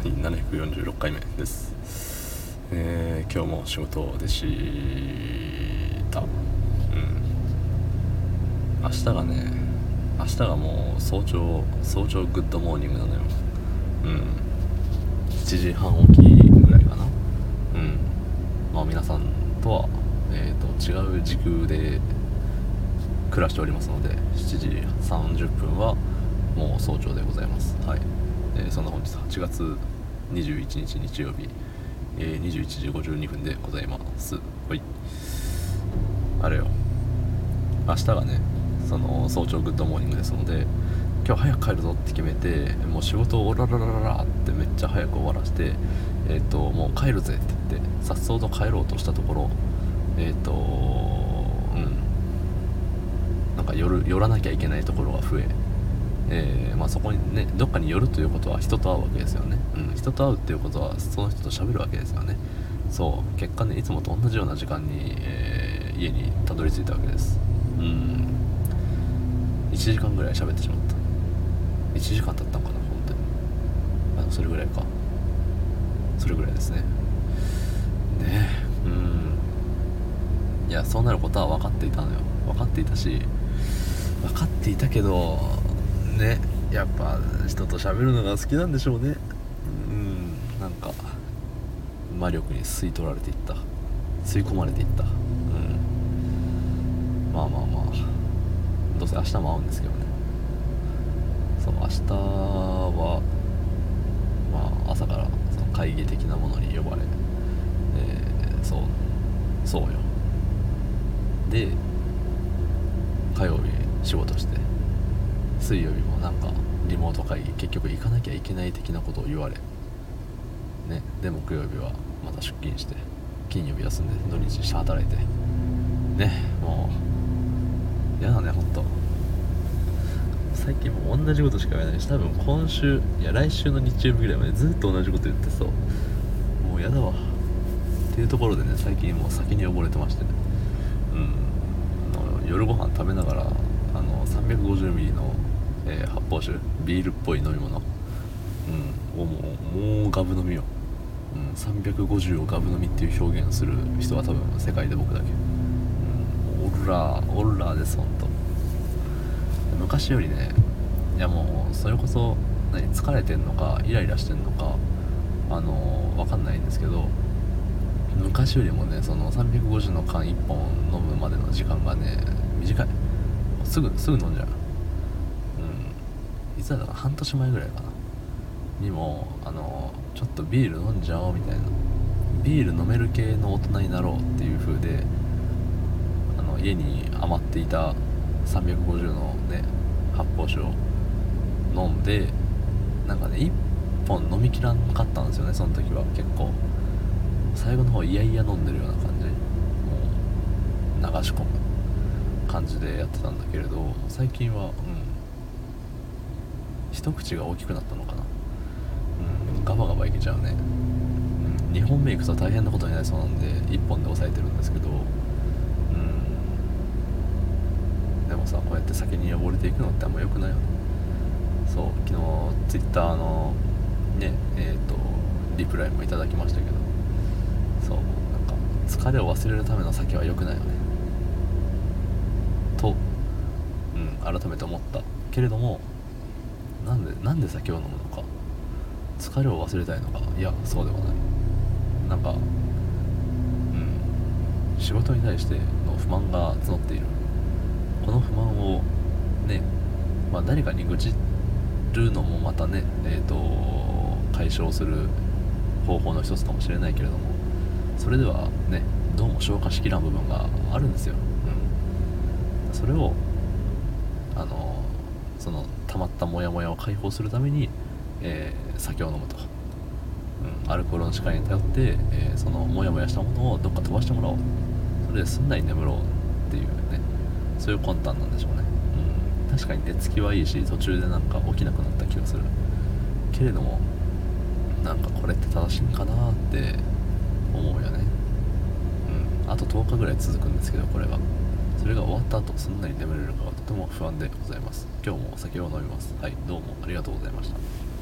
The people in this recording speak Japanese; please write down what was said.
第746回目です。今日も仕事でした。明日がもう早朝グッドモーニングなのよ。7時半起きぐらいかな。まあ皆さんとは、違う時空で暮らしておりますので、7時30分はもう早朝でございます。はい。そんな本日8月21日日曜日、21時52分でございます。はい。あれよ、明日がね、その早朝グッドモーニングですので、今日早く帰るぞって決めて、もう仕事をオラララララってめっちゃ早く終わらして、もう帰るぜって言ってさっそうと帰ろうとしたところ、なんか寄らなきゃいけないところが増え、そこにね、どっかに寄るということは人と会うわけですよね。人と会うっていうことはその人と喋るわけですよね。そう結果ね、いつもと同じような時間に、家にたどり着いたわけです。1時間ぐらい喋ってしまった。1時間経ったのかな、本当に。それぐらいか。それぐらいですね。いや、そうなることは分かっていたのよ。分かっていたし、分かっていたけどね、やっぱ人と喋るのが好きなんでしょうね。なんか魔力に吸い取られていった、吸い込まれていった。まあどうせ明日も会うんですけどね。その明日は朝からその会議的なものに呼ばれ、そうよ。で火曜日仕事して、水曜日もなんかリモート会議結局行かなきゃいけない的なことを言われね。で木曜日はまた出勤して、金曜日休んで土日して働いてね。もう嫌だね、ほんと。最近もう同じことしか言わないし、多分来週の日曜日ぐらいまでずっと同じこと言ってそう。もう嫌だわっていうところでね、最近もう先に溺れてましてね。夜ご飯食べながら350ミリの、発泡酒、ビールっぽい飲み物、をもうガブ飲みよ。350をガブ飲みっていう表現をする人は多分世界で僕だけ。オラーです、ほんと。昔よりね、いやもうそれこそ疲れてんのかイライラしてんのか分かんないんですけど、昔よりもね、その350の缶1本飲むまでの時間がね短い。すぐ飲んじゃう。いつだから半年前ぐらいかなにもちょっとビール飲んじゃおうみたいな、ビール飲める系の大人になろうっていう風で家に余っていた350のね発泡酒を飲んで、なんかね1本飲みきらんかったんですよね。その時は結構最後の方いやいや飲んでるような感じ、もう流し込む感じでやってたんだけれど、最近は一口が大きくなったのかな。ガバガバいけちゃうね。2本目いくと大変なことになりそうなんで1本で抑えてるんですけど、でもさ、こうやって酒に溺れていくのってあんま良くないよね。そう、昨日ツイッターのねリプライもいただきましたけど、そう、なんか疲れを忘れるための酒は良くないよねと、改めて思ったけれども、なんで酒を飲むのか、疲れを忘れたいのか、いやそうではない。なんか仕事に対しての不満が募っている。この不満をね、誰かに愚痴るのもまたね、解消する方法の一つかもしれないけれども、それではね、どうも消化しきらん部分があるんですよ。それをその溜まったモヤモヤを解放するために、酒を飲むと、アルコールの力に頼って、そのモヤモヤしたものをどっか飛ばしてもらおう、それですんなり眠ろうっていうね、そういう魂胆なんでしょうね。確かに寝つきはいいし、途中でなんか起きなくなった気がするけれども、なんかこれって正しいんかなって思うよね。あと10日ぐらい続くんですけど、これがそれが終わった後すんなり眠れるかはとても不安でございます。今日もお酒を飲みます。はい、どうもありがとうございました。